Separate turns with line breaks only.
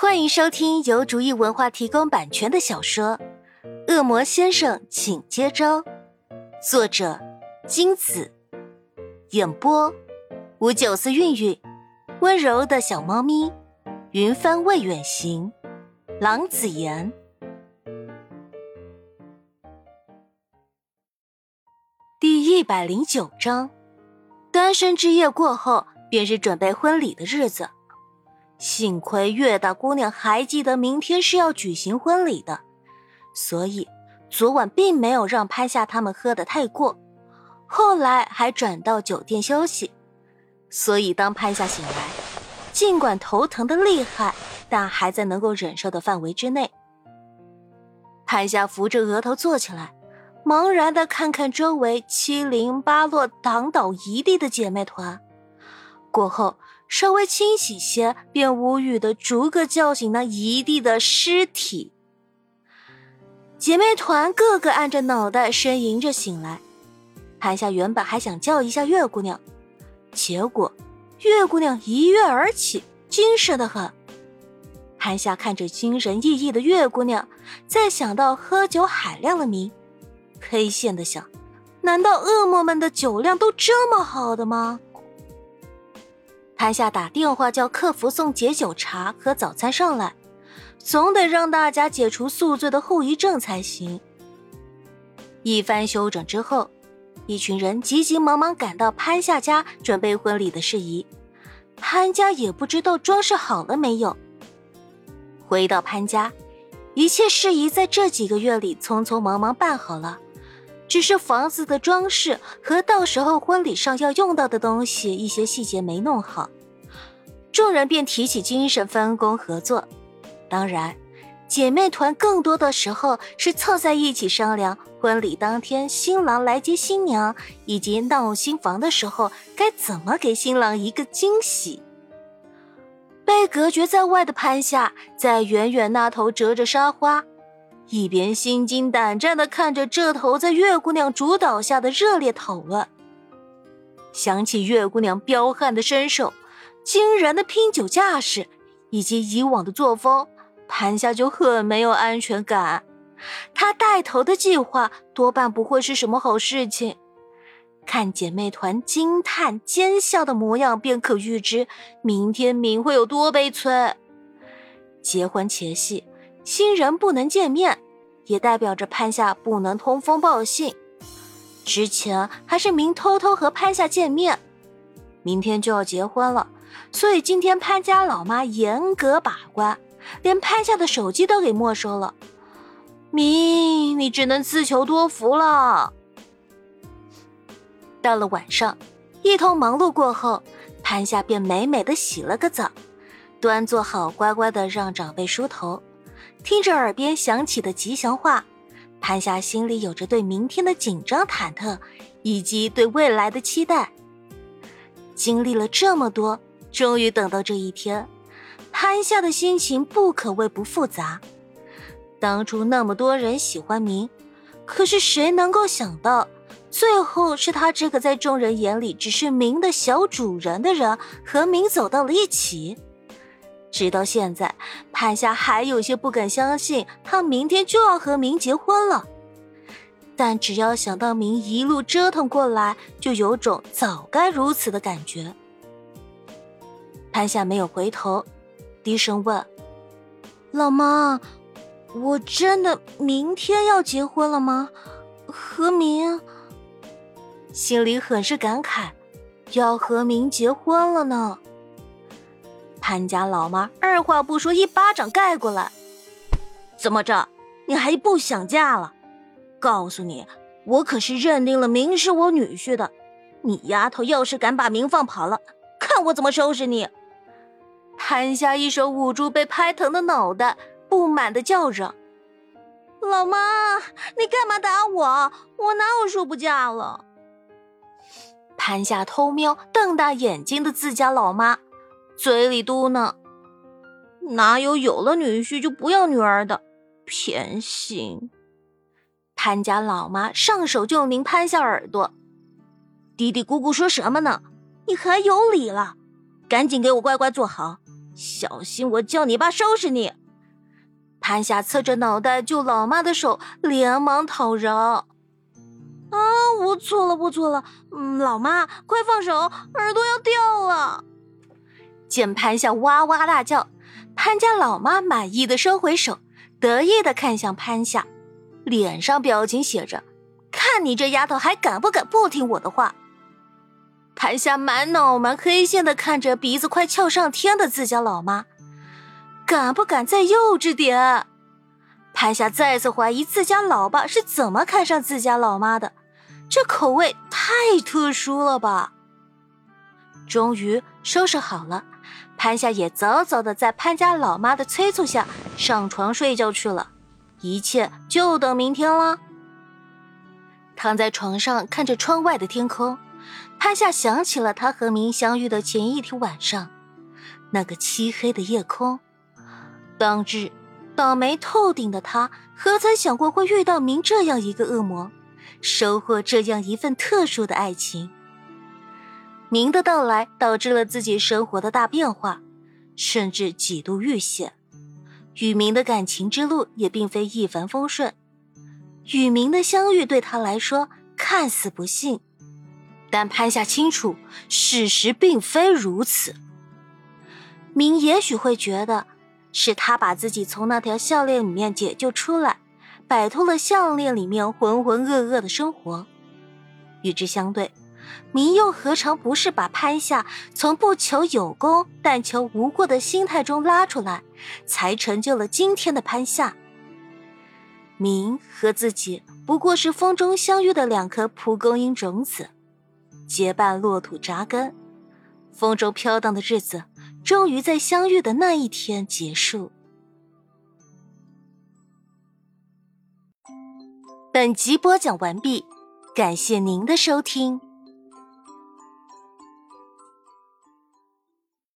欢迎收听由竹意文化提供版权的小说《恶魔先生请接招》，作者金子，演播吴九思韵韵，温柔的小猫咪，云帆未远行，郎子言。第109章，单身之夜过后，便是准备婚礼的日子。幸亏月大姑娘还记得明天是要举行婚礼的，所以昨晚并没有让潘夏他们喝得太过，后来还转到酒店休息。所以当潘夏醒来，尽管头疼的厉害，但还在能够忍受的范围之内。潘夏扶着额头坐起来，茫然地看看周围七零八落躺倒一地的姐妹团，过后稍微清醒些，便无语地逐个叫醒那一地的尸体。姐妹团个个按着脑袋呻吟着醒来。潘夏原本还想叫一下月姑娘，结果月姑娘一跃而起，精神得很。潘夏看着精神奕奕的月姑娘，再想到喝酒海量的名，黑线地想，难道恶魔们的酒量都这么好的吗？潘夏打电话叫客服送解酒茶和早餐上来，总得让大家解除宿醉的后遗症才行。一番休整之后，一群人急急忙忙赶到潘夏家准备婚礼的事宜。潘家也不知道装饰好了没有。回到潘家，一切事宜在这几个月里匆匆忙忙办好了，只是房子的装饰和到时候婚礼上要用到的东西一些细节没弄好。众人便提起精神分工合作，当然姐妹团更多的时候是凑在一起商量婚礼当天新郎来接新娘以及闹新房的时候该怎么给新郎一个惊喜。被隔绝在外的潘夏在远远那头折着纱花，一边心惊胆战地看着这头在月姑娘主导下的热烈讨论。想起月姑娘彪悍的身手，惊人的拼酒架势以及以往的作风，潘夏就很没有安全感。她带头的计划多半不会是什么好事情。看姐妹团惊叹奸笑的模样，便可预知明天明会有多悲催。结婚前夕，新人不能见面，也代表着潘夏不能通风报信。之前还是明偷偷和潘夏见面，明天就要结婚了，所以今天潘家老妈严格把关，连潘夏的手机都给没收了。明，你只能自求多福了。到了晚上，一通忙碌过后，潘夏便美美的洗了个澡，端坐好乖乖的让长辈梳头，听着耳边响起的吉祥话，潘夏心里有着对明天的紧张忐忑，以及对未来的期待。经历了这么多，终于等到这一天，潘夏的心情不可谓不复杂。当初那么多人喜欢明，可是谁能够想到，最后是他这个在众人眼里只是明的小主人的人和明走到了一起。直到现在，潘夏还有些不敢相信他明天就要和明结婚了，但只要想到明一路折腾过来，就有种早该如此的感觉。潘夏没有回头，低声问：老妈，我真的明天要结婚了吗？和明？心里很是感慨，要和明结婚了呢。潘家老妈二话不说，一巴掌盖过来：怎么着，你还不想嫁了？告诉你，我可是认定了明是我女婿的，你丫头要是敢把明放跑了，看我怎么收拾你。潘夏一手捂住被拍疼的脑袋，不满地叫着：老妈，你干嘛打我？我哪有说不嫁了？潘夏偷瞄瞪大眼睛的自家老妈，嘴里嘟囔：哪有了女婿就不要女儿的，偏心。潘家老妈上手就拧潘夏耳朵：嘀嘀咕咕说什么呢？你还有理了？赶紧给我乖乖坐好， 小心我叫你爸收拾你！潘夏侧着脑袋救老妈的手连忙讨饶。我错了，老妈，快放手，耳朵要掉了！见潘夏哇哇大叫，潘家老妈满意的收回手，得意的看向潘夏，脸上表情写着：看你这丫头还敢不敢不听我的话。潘夏满脑门黑线的看着鼻子快翘上天的自家老妈，敢不敢再幼稚点？潘夏再次怀疑自家老爸是怎么看上自家老妈的，这口味太特殊了吧。终于收拾好了，潘夏也早早的在潘家老妈的催促下上床睡觉去了，一切就等明天了。躺在床上看着窗外的天空，潘夏想起了他和明相遇的前一天晚上，那个漆黑的夜空。当日倒霉透顶的他何曾想过会遇到明这样一个恶魔，收获这样一份特殊的爱情。明的到来导致了自己生活的大变化，甚至几度遇险。与明的感情之路也并非一帆风顺，与明的相遇对他来说看似不幸，但潘夏清楚事实并非如此。明也许会觉得是他把自己从那条项链里面解救出来，摆脱了项链里面浑浑噩噩的生活。与之相对，明又何尝不是把潘夏从不求有功但求无过的心态中拉出来，才成就了今天的潘夏。明和自己不过是风中相遇的两颗蒲公英种子，结伴落土扎根，风中飘荡的日子终于在相遇的那一天结束。本集播讲完毕，感谢您的收听。